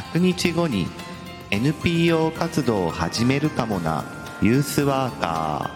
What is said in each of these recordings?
100日後に NPO 活動を始めるかもなユースワーカ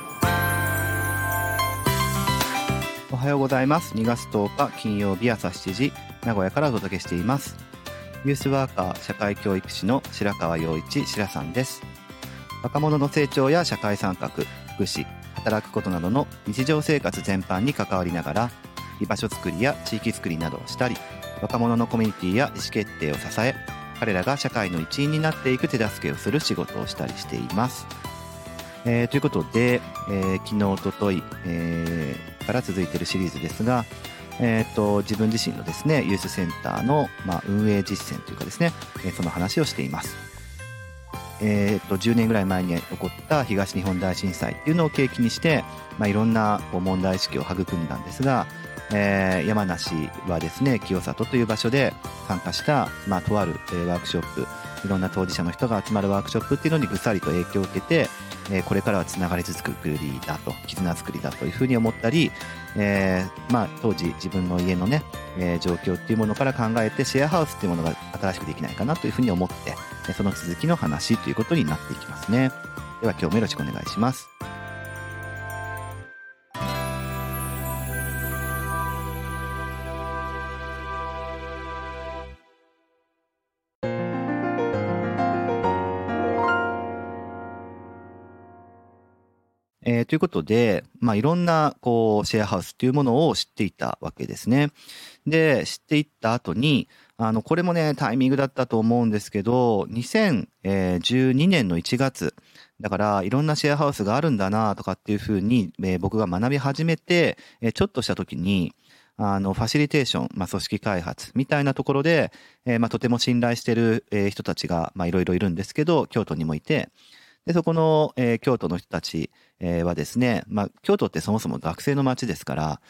おはようございます。2月10日金曜日朝7時、名古屋からお届けしています。ユースワーカー社会教育士の白川陽一白さんです。若者の成長や社会参画、福祉、働くことなどの日常生活全般に関わりながら、居場所づくりや地域づくりなどをしたり、若者のコミュニティや意思決定を支え、彼らが社会の一員になっていく手助けをする仕事をしたりしています。ということで、昨日おととい、から続いているシリーズですが、自分自身のですねユースセンターの、運営実践というかですね、その話をしています。10年ぐらい前に起こった東日本大震災っていうのを契機にして、いろんな問題意識を育んだんですが、山梨はですね清里という場所で参加した、とある、ワークショップ、いろんな当事者の人が集まるワークショップっていうのにぐさりと影響を受けて、これからはつながり作りだと、絆作りだというふうに思ったり、当時自分の家のね、状況っていうものから考えてシェアハウスっていうものが新しくできないかなというふうに思って、その続きの話ということになっていきますね。では今日もよろしくお願いします。ということで、いろんなシェアハウスというものを知っていたわけですね。で、知っていった後に、これもね、タイミングだったと思うんですけど、2012年の1月、だからいろんなシェアハウスがあるんだなとかっていうふうに、僕が学び始めて、ちょっとした時に、ファシリテーション、組織開発みたいなところで、とても信頼している、人たちが、いろいろいるんですけど、京都にもいて、で、そこの、京都の人たち、はですね、京都ってそもそも学生の街ですから、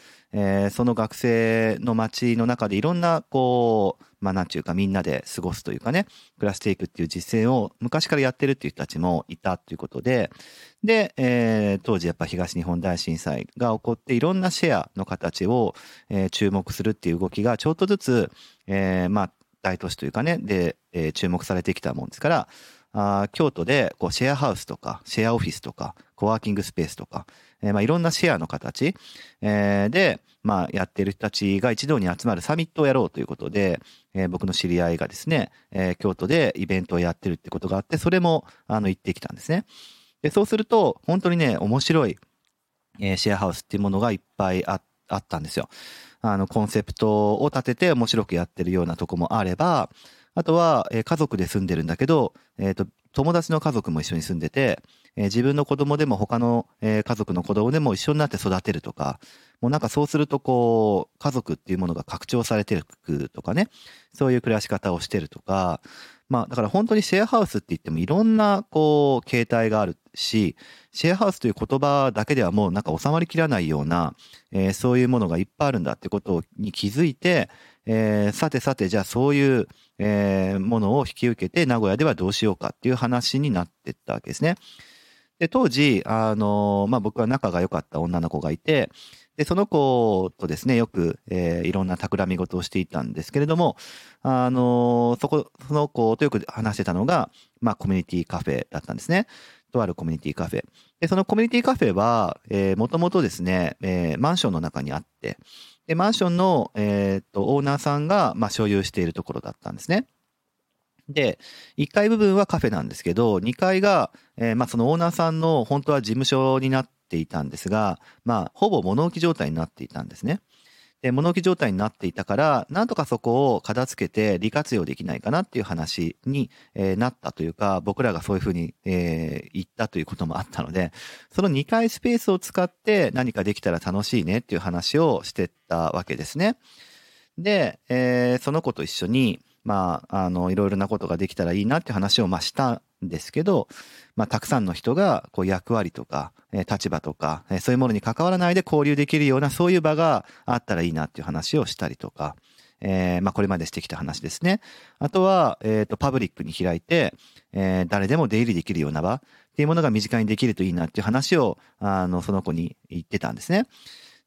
その学生の街の中でいろんな、なんていうかみんなで過ごすというかね、暮らしていくっていう実践を昔からやってるっていう人たちもいたということで、で、当時やっぱ東日本大震災が起こっていろんなシェアの形を、注目するっていう動きがちょっとずつ、大都市というかね、で、注目されてきたもんですから、京都でシェアハウスとかシェアオフィスとかコワーキングスペースとか、いろんなシェアの形、で、やっている人たちが一堂に集まるサミットをやろうということで、僕の知り合いがですね、京都でイベントをやってるってことがあって、それも行ってきたんですね。でそうすると本当にね面白い、シェアハウスっていうものがいっぱいあったんですよ。コンセプトを立てて面白くやってるようなとこもあれば、あとは、家族で住んでるんだけど、友達の家族も一緒に住んでて、自分の子供でも他の、家族の子供でも一緒になって育てるとか、もうなんかそうすると家族っていうものが拡張されていくとかね、そういう暮らし方をしてるとか、だから本当にシェアハウスって言ってもいろんな形態があるし、シェアハウスという言葉だけではもうなんか収まりきらないような、そういうものがいっぱいあるんだってことに気づいて、さてじゃあそういう、ものを引き受けて名古屋ではどうしようかっていう話になってったわけですね。で当時僕は仲が良かった女の子がいて、でその子とですねよく、いろんな企み事をしていたんですけれども、その子とよく話してたのが、コミュニティカフェだったんですね。とあるコミュニティカフェで、そのコミュニティカフェはもともとですね、マンションの中にあって、でマンションの、オーナーさんが、所有しているところだったんですね。で1階部分はカフェなんですけど、2階が、そのオーナーさんの本当は事務所になっていたんですが、ほぼ物置状態になっていたんですね。で物置状態になっていたから、なんとかそこを片付けて利活用できないかなっていう話に、なったというか、僕らがそういうふうに、言ったということもあったので、その2階スペースを使って何かできたら楽しいねっていう話をしてったわけですね。で、その子と一緒にいろいろなことができたらいいなって話をしたんですけど、たくさんの人が役割とか、立場とか、そういうものに関わらないで交流できるようなそういう場があったらいいなっていう話をしたりとか、これまでしてきた話ですね。あとは、パブリックに開いて、誰でも出入りできるような場っていうものが身近にできるといいなっていう話をその子に言ってたんですね。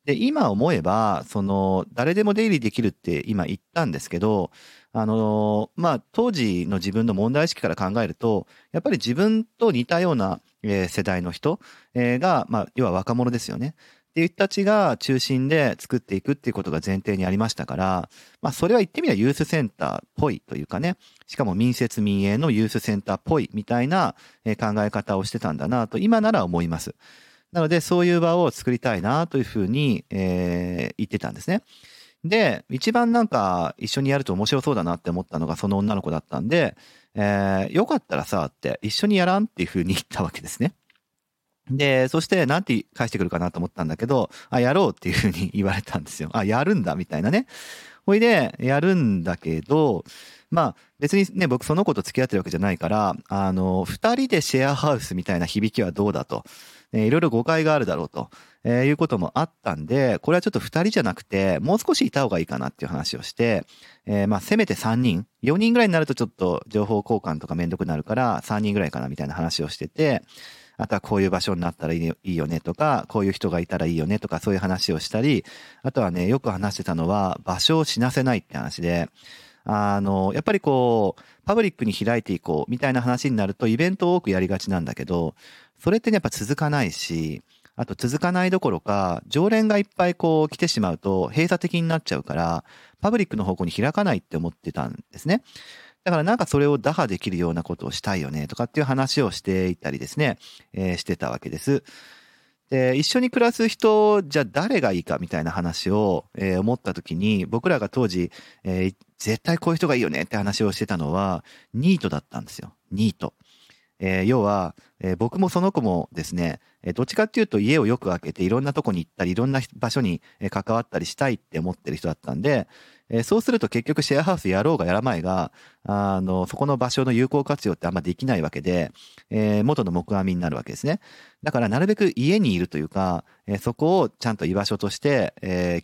で、今思えば、誰でも出入りできるって今言ったんですけど、当時の自分の問題意識から考えると、やっぱり自分と似たような、世代の人、が、要は若者ですよね。っていう人たちが中心で作っていくっていうことが前提にありましたから、それは言ってみればユースセンターっぽいというかね、しかも民設民営のユースセンターっぽいみたいな考え方をしてたんだなと、今なら思います。なので、そういう場を作りたいなというふうに、言ってたんですね。で、一番なんか一緒にやると面白そうだなって思ったのがその女の子だったんで、よかったらさ、って一緒にやらんっていうふうに言ったわけですね。で、そしてなんて返してくるかなと思ったんだけど、やろうっていうふうに言われたんですよ。やるんだみたいなね。ほいで、やるんだけど、別にね、僕その子と付き合ってるわけじゃないから、二人でシェアハウスみたいな響きはどうだと。いろいろ誤解があるだろうと、いうこともあったんで、これはちょっと二人じゃなくて、もう少しいた方がいいかなっていう話をして、せめて3人、4人ぐらいになるとちょっと情報交換とかめんどくなるから3人ぐらいかなみたいな話をしてて、あとはこういう場所になったらいいよねとか、こういう人がいたらいいよねとか、そういう話をしたり、あとはね、よく話してたのは、場所を死なせないって話で、やっぱりパブリックに開いていこうみたいな話になると、イベントを多くやりがちなんだけど、それってね、やっぱ続かないし、あと続かないどころか、常連がいっぱい来てしまうと閉鎖的になっちゃうから、パブリックの方向に開かないって思ってたんですね。だからなんかそれを打破できるようなことをしたいよねとかっていう話をしていたりですね、してたわけです。で、一緒に暮らす人じゃ誰がいいかみたいな話を、思った時に、僕らが当時、絶対こういう人がいいよねって話をしてたのは、ニートだったんですよ。ニート。要は、僕もその子もですね、どっちかっていうと家をよく開けていろんなとこに行ったり、いろんな場所に関わったりしたいって思ってる人だったんで、そうすると結局シェアハウスやろうがやらまいが、そこの場所の有効活用ってあんまできないわけで、元の木阿弥になるわけですね。だからなるべく家にいるというか、そこをちゃんと居場所として、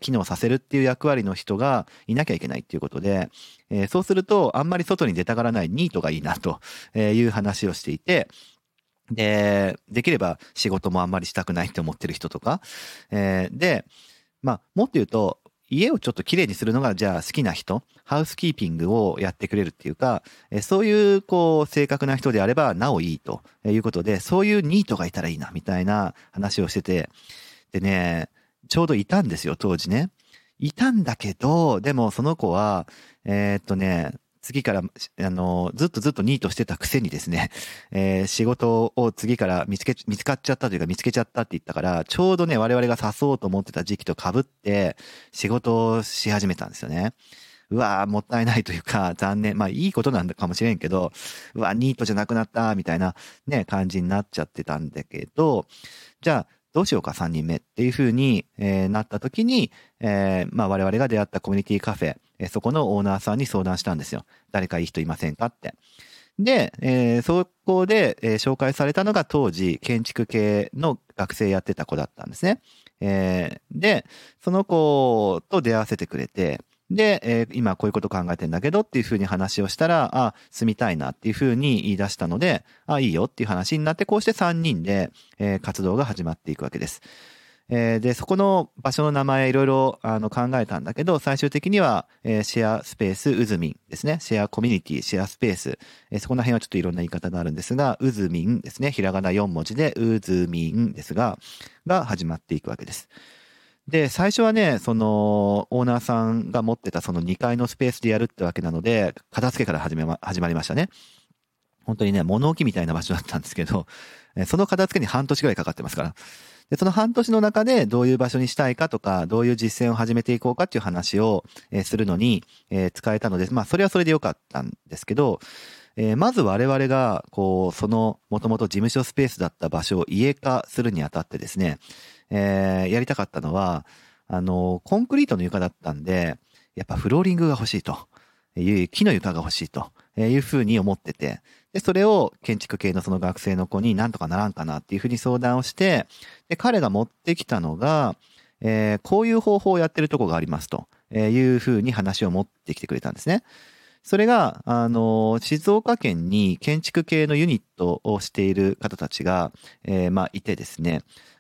機能させるっていう役割の人がいなきゃいけないっていうことで、そうするとあんまり外に出たがらないニートがいいなという話をしていて、で、できれば仕事もあんまりしたくないって思ってる人とか、で、もっと言うと、家をちょっときれいにするのが、じゃあ好きな人、ハウスキーピングをやってくれるっていうか、そういう正確な人であればなおいいということで、そういうニートがいたらいいな、みたいな話をしてて、でね、ちょうどいたんですよ、当時ね。いたんだけど、でもその子は、次から、ずっとニートしてたくせにですね、仕事を次から見つかっちゃったというか見つけちゃったって言ったから、ちょうどね、我々が誘おうと思ってた時期と被って、仕事をし始めたんですよね。うわー、もったいないというか、残念。いいことなんだかもしれんけど、うわ、ニートじゃなくなった、みたいなね、感じになっちゃってたんだけど、じゃあ、どうしようか、3人目っていう風に、なった時に、我々が出会ったコミュニティカフェ、そこのオーナーさんに相談したんですよ。誰かいい人いませんかって。で、そこで、紹介されたのが当時建築系の学生やってた子だったんですね。で、その子と出会わせてくれて、で、今こういうこと考えてんだけどっていうふうに話をしたら、住みたいなっていうふうに言い出したので、いいよっていう話になって、こうして3人で、活動が始まっていくわけです。で、そこの場所の名前いろいろ考えたんだけど、最終的には、シェアスペースうずみんですね。シェアコミュニティ、シェアスペース。そこら辺はちょっといろんな言い方があるんですが、うずみんですね。ひらがな4文字でうずみんですが始まっていくわけです。で、最初はね、その、オーナーさんが持ってたその2階のスペースでやるってわけなので、片付けから始まりましたね。本当にね、物置みたいな場所だったんですけど、その片付けに半年ぐらいかかってますから。で、その半年の中でどういう場所にしたいかとか、どういう実践を始めていこうかっていう話を、するのに、使えたので、それはそれでよかったんですけど、まず我々が、その、もともと事務所スペースだった場所を家化するにあたってですね、やりたかったのは、コンクリートの床だったんで、やっぱフローリングが欲しいという木の床が欲しいというふうに思ってて、で、それを建築系のその学生の子になんとかならんかなっていうふうに相談をして、で、彼が持ってきたのが、こういう方法をやってるとこがありますというふうに話を持ってきてくれたんですね。それが、静岡県に建築系のユニットをしている方たちが、いてですね、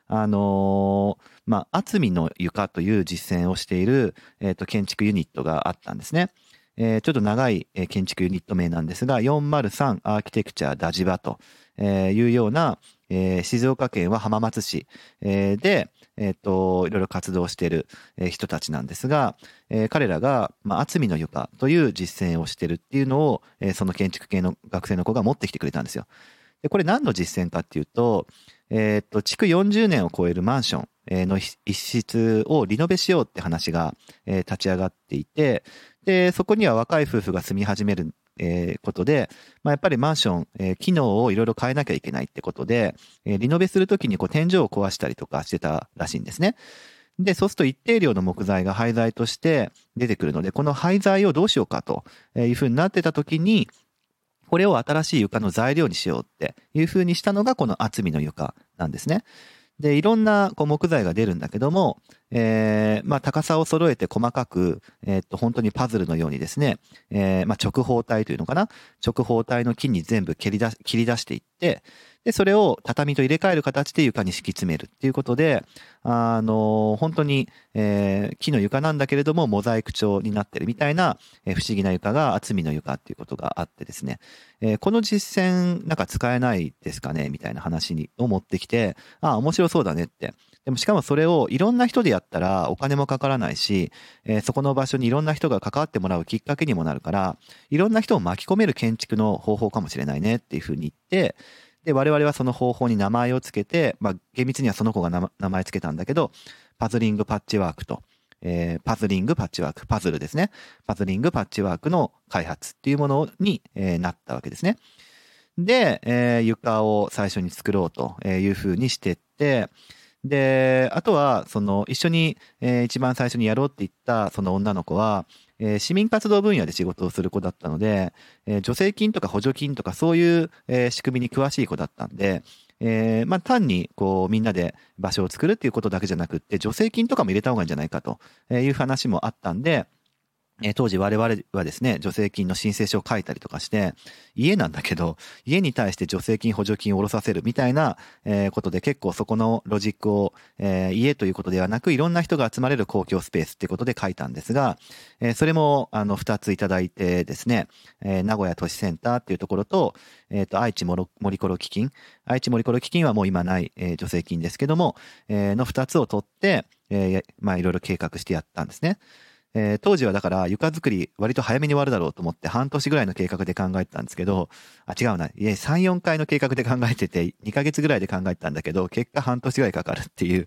厚みの床という実践をしている、建築ユニットがあったんですね。ちょっと長い建築ユニット名なんですが、403アーキテクチャダジバというような、静岡県は浜松市で、いろいろ活動している人たちなんですが、彼らが、厚みの床という実践をしているっていうのを、その建築系の学生の子が持ってきてくれたんですよ。で、これ何の実践かっていうと、築40年を超えるマンションの一室をリノベしようって話が立ち上がっていて、で、そこには若い夫婦が住み始めることで、やっぱりマンション、機能をいろいろ変えなきゃいけないってことで、リノベするときにこう天井を壊したりとかしてたらしいんですね。で、そうすると一定量の木材が廃材として出てくるので、この廃材をどうしようかというふうになってたときに、これを新しい床の材料にしようっていうふうにしたのがこの厚みの床なんですね。で、いろんなこう木材が出るんだけども、高さを揃えて細かく、本当にパズルのようにですね、直方体というのかな、直方体の木に全部切り出していって、で、それを畳と入れ替える形で床に敷き詰めるっていうことで、本当に、木の床なんだけれども、モザイク調になってるみたいな、不思議な床が厚みの床っていうことがあってですね、この実践なんか使えないですかねみたいな話を持ってきて、面白そうだねって。でもしかもそれをいろんな人でやったらお金もかからないし、そこの場所にいろんな人が関わってもらうきっかけにもなるから、いろんな人を巻き込める建築の方法かもしれないねっていうふうに言って、で、我々はその方法に名前をつけて、厳密にはその子が名前つけたんだけど、パズリングパッチワークと、パズリングパッチワーク、パズルですね。パズリングパッチワークの開発っていうものに、なったわけですね。で、床を最初に作ろうというふうにしてって、で、あとは、一緒に、一番最初にやろうって言った、その女の子は、市民活動分野で仕事をする子だったので、助成金とか補助金とかそういう、仕組みに詳しい子だったんで、単に、こう、みんなで場所を作るっていうことだけじゃなくって、助成金とかも入れた方がいいんじゃないかという話もあったんで、当時我々はですね、助成金の申請書を書いたりとかして、家なんだけど、家に対して助成金、補助金を下ろさせるみたいなことで結構そこのロジックを家ということではなく、いろんな人が集まれる公共スペースっていうことで書いたんですが、それも2ついただいてですね、名古屋都市センターっていうところと、愛知森コロ基金。愛知森コロ基金はもう今ない、助成金ですけども、の2つを取って、いろいろ計画してやったんですね。当時はだから床作り割と早めに終わるだろうと思って半年ぐらいの計画で考えてたんですけど、違うな。3、4回の計画で考えてて、2ヶ月ぐらいで考えてたんだけど、結果半年ぐらいかかるっていう、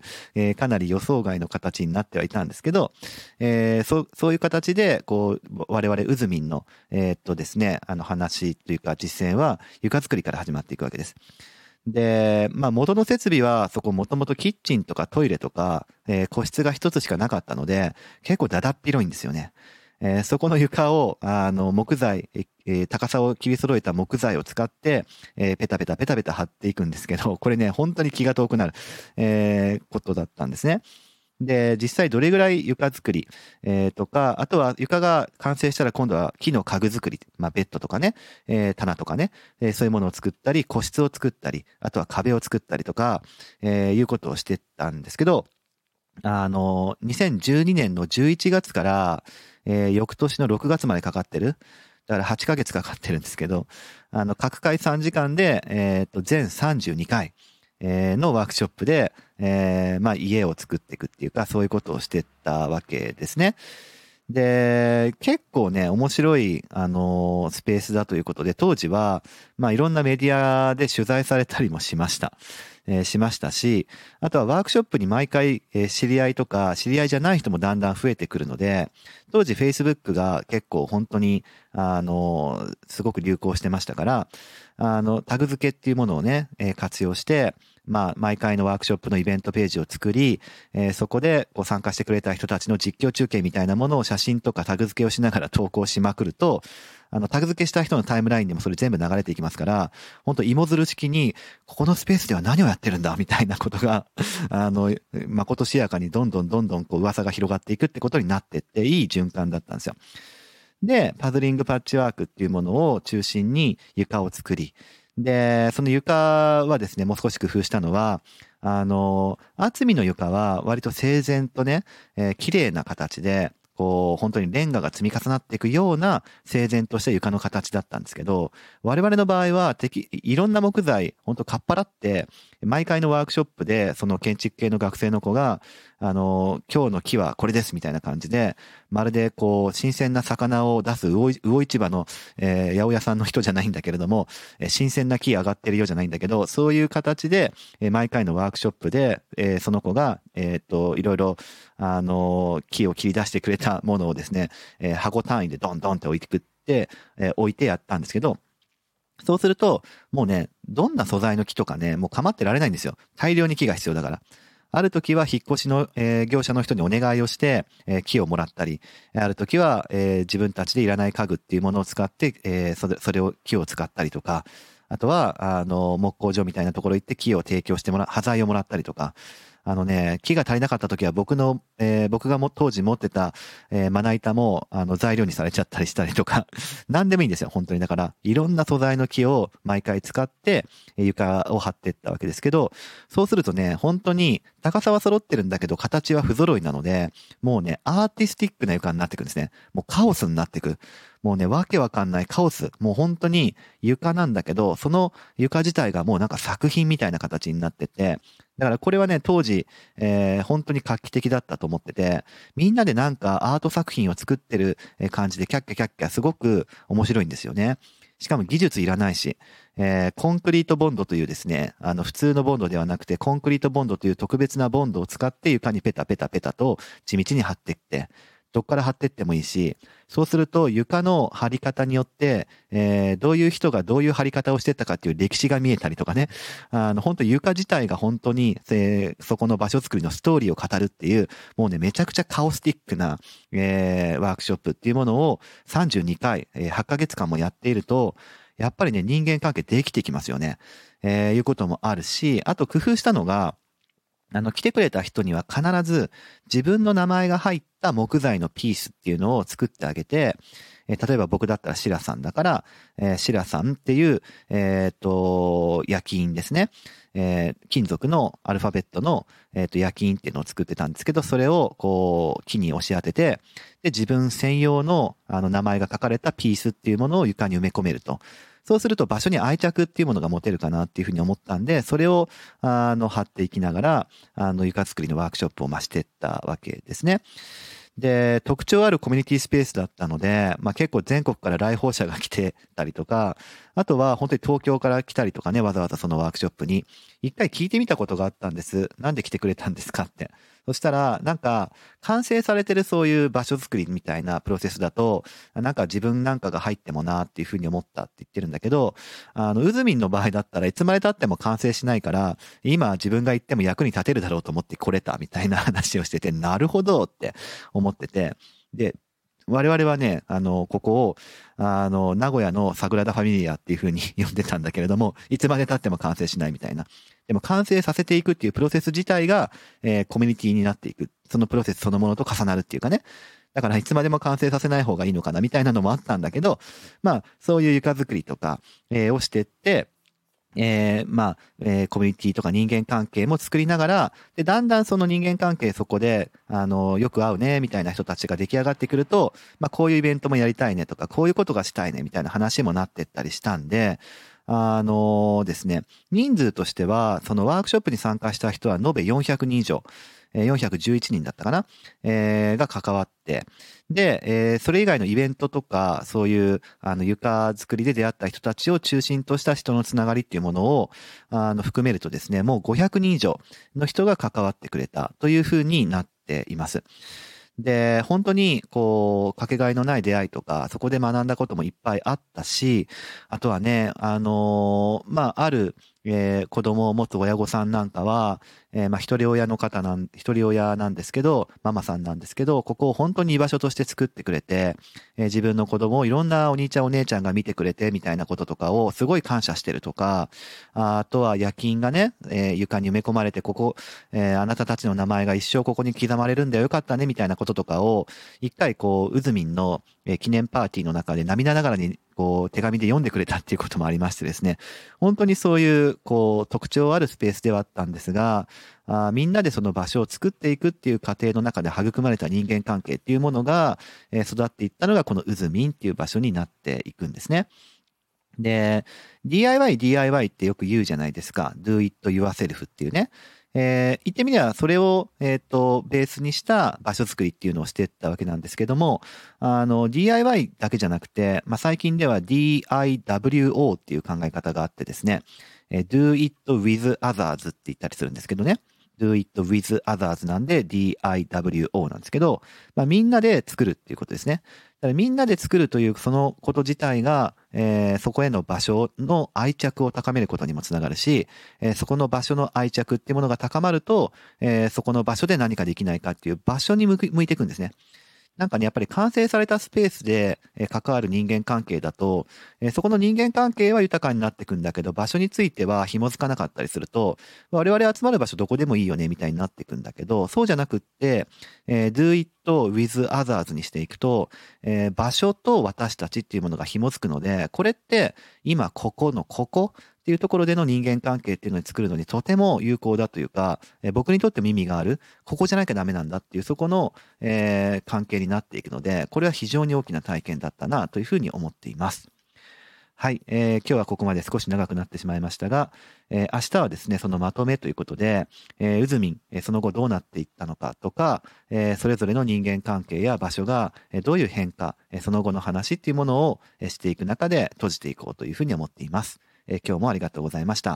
かなり予想外の形になってはいたんですけど、そういう形で、こう、我々うずみんの、ですね、話というか実践は床作りから始まっていくわけです。で、元の設備はそこもともとキッチンとかトイレとか、個室が一つしかなかったので、結構だだっ広いんですよね。そこの床を、木材、高さを切り揃えた木材を使って、ペタペタ貼っていくんですけど、これね、本当に気が遠くなる、ことだったんですね。で、実際どれぐらい床作り、とか、あとは床が完成したら今度は木の家具作り、ベッドとかね、棚とかね、そういうものを作ったり、個室を作ったり、あとは壁を作ったりとか、いうことをしてたんですけど、2012年の11月から、翌年の6月までかかってる。だから8ヶ月かかってるんですけど、各回3時間で、全32回。のワークショップで、家を作っていくっていうか、そういうことをしてったわけですね。で、結構ね、面白い、スペースだということで、当時は、いろんなメディアで取材されたりもしました。しましたし、あとはワークショップに毎回、知り合いとか、知り合いじゃない人もだんだん増えてくるので、当時 Facebook が結構本当に、すごく流行してましたから、タグ付けっていうものをね、活用して、毎回のワークショップのイベントページを作り、そこでこう参加してくれた人たちの実況中継みたいなものを写真とかタグ付けをしながら投稿しまくると、タグ付けした人のタイムラインにもそれ全部流れていきますから、本当芋づる式に、ここのスペースでは何をやってるんだみたいなことが、まことしやかにどんどんこう噂が広がっていくってことになってっていい循環だったんですよ。で、パズリングパッチワークっていうものを中心に床を作り、 で、その床はですね、もう少し工夫したのは、厚みの床は割と整然とね、綺麗な形で、こう、本当にレンガが積み重なっていくような整然とした床の形だったんですけど、我々の場合はいろんな木材、本当かっぱらって、毎回のワークショップで、その建築系の学生の子が、今日の木はこれですみたいな感じで、まるでこう、新鮮な魚を出す魚市場の、八百屋さんの人じゃないんだけれども、新鮮な木上がってるようじゃないんだけど、そういう形で、毎回のワークショップで、その子が、いろいろ、木を切り出してくれたものをですね、箱単位でドンドンって置いてやったんですけど、そうすると、もうね、どんな素材の木とかね、もう構ってられないんですよ。大量に木が必要だから。ある時は引っ越しの、業者の人にお願いをして、木をもらったり、ある時は、自分たちでいらない家具っていうものを使って、それを木を使ったりとか、あとは、木工所みたいなところ行って木を提供して端材をもらったりとか、木が足りなかった時は僕が当時持ってた、まな板も、材料にされちゃったりしたりとか、何でもいいんですよ、本当に。だから、いろんな素材の木を毎回使って、床を張っていったわけですけど、そうするとね、本当に高さは揃ってるんだけど、形は不揃いなので、もうね、アーティスティックな床になっていくんですね。もうカオスになっていく。もうね、わけわかんないカオス。もう本当に床なんだけど、その床自体がもうなんか作品みたいな形になってて、だからこれはね、当時、本当に画期的だったと思ってて、みんなでなんかアート作品を作ってる感じでキャッキャキャッキャすごく面白いんですよね。しかも技術いらないし、コンクリートボンドというですね、普通のボンドではなくて、コンクリートボンドという特別なボンドを使って床にペタペタペタと地道に貼っていって、どっから貼っていってもいいし、そうすると床の貼り方によって、どういう人がどういう貼り方をしてったかっていう歴史が見えたりとかね、本当床自体が本当に、そこの場所作りのストーリーを語るっていう、もうね、めちゃくちゃカオスティックな、ワークショップっていうものを32回、8ヶ月間もやっていると、やっぱりね、人間関係できてきますよね。いうこともあるし、あと工夫したのが、来てくれた人には必ず自分の名前が入った木材のピースっていうのを作ってあげて、例えば僕だったらシラさんだから、シラさんっていう、焼き印ですね。金属のアルファベットの、焼き印っていうのを作ってたんですけど、それをこう木に押し当てて、で、自分専用の名前が書かれたピースっていうものを床に埋め込めると。そうすると場所に愛着っていうものが持てるかなっていうふうに思ったんで、それを、貼っていきながら、床作りのワークショップを増していったわけですね。で、特徴あるコミュニティスペースだったので、まあ結構全国から来訪者が来てたりとか、あとは本当に東京から来たりとかね、わざわざそのワークショップに、一回聞いてみたことがあったんです。なんで来てくれたんですかって。そしたら、なんか、完成されてるそういう場所作りみたいなプロセスだと、なんか自分なんかが入ってもなっていうふうに思ったって言ってるんだけど、うずみんの場合だったらいつまで経っても完成しないから、今自分が行っても役に立てるだろうと思って来れたみたいな話をしてて、なるほどって思ってて、で、我々はね、ここを、名古屋のサグラダ・ファミリアっていう風に呼んでたんだけれども、いつまで経っても完成しないみたいな。でも完成させていくっていうプロセス自体が、コミュニティになっていく。そのプロセスそのものと重なるっていうかね。だからいつまでも完成させない方がいいのかなみたいなのもあったんだけど、まあ、そういう床作りとか、をしてって、コミュニティとか人間関係も作りながら、で、だんだんその人間関係そこで、よく会うね、みたいな人たちが出来上がってくると、まあ、こういうイベントもやりたいねとか、こういうことがしたいね、みたいな話もなってったりしたんで、ですね、人数としては、そのワークショップに参加した人は延べ400人以上。411人だったかな、が関わって、で、それ以外のイベントとか、そういう、床作りで出会った人たちを中心とした人のつながりっていうものを、含めるとですね、もう500人以上の人が関わってくれたというふうになっています。で、本当に、こう、かけがえのない出会いとか、そこで学んだこともいっぱいあったし、あとはね、ある、子供を持つ親御さんなんかは、一人親なんですけど、ママさんなんですけど、ここを本当に居場所として作ってくれて、自分の子供をいろんなお兄ちゃんお姉ちゃんが見てくれて、みたいなこととかをすごい感謝してるとか、あとは夜勤がね、床に埋め込まれて、あなたたちの名前が一生ここに刻まれるんだよ、よかったね、みたいなこととかを、一回こう、うずみんの記念パーティーの中で涙ながらにこう手紙で読んでくれたっていうこともありましてですね、本当にそういうこう特徴あるスペースではあったんですが、みんなでその場所を作っていくっていう過程の中で育まれた人間関係っていうものが育っていったのがこのうずみんっていう場所になっていくんですね。で、DIY ってよく言うじゃないですか。Do it yourself っていうね。言ってみればそれを、ベースにした場所作りっていうのをしていったわけなんですけども、DIY だけじゃなくて、最近では DIWO っていう考え方があってですね、Do it with others って言ったりするんですけどね。Do it with others なんで DIWO なんですけど、みんなで作るっていうことですね。だからみんなで作るというそのこと自体が、そこへの場所の愛着を高めることにもつながるし、そこの場所の愛着っていうものが高まると、そこの場所で何かできないかっていう場所に向いていくんですね。なんかね、やっぱり完成されたスペースで関わる人間関係だと、そこの人間関係は豊かになっていくんだけど、場所については紐づかなかったりすると、我々集まる場所どこでもいいよね、みたいになっていくんだけど、そうじゃなくって、do it with others にしていくと、場所と私たちっていうものが紐づくので、これって今ここのここっていうところでの人間関係っていうのを作るのにとても有効だというか、僕にとっても意味がある、ここじゃなきゃダメなんだっていうそこの、関係になっていくので、これは非常に大きな体験だったなというふうに思っています。はい、今日はここまで少し長くなってしまいましたが、明日はですね、そのまとめということで、うずみん、その後どうなっていったのかとか、それぞれの人間関係や場所がどういう変化、その後の話っていうものをしていく中で閉じていこうというふうに思っています。今日もありがとうございました。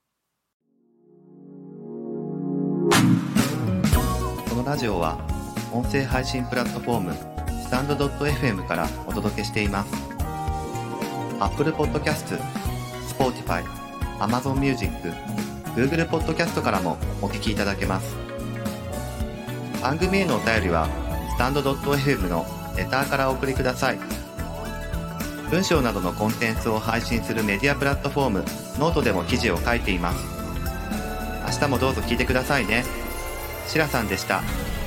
このラジオは音声配信プラットフォームスタンド .fm からお届けしています。Apple Podcast、Spotify、Amazon Music、Google Podcast からもお聞きいただけます。番組へのお便りはスタンド .fm のレターからお送りください。文章などのコンテンツを配信するメディアプラットフォームノートでも記事を書いています。明日もどうぞ聞いてくださいね。しらさんでした。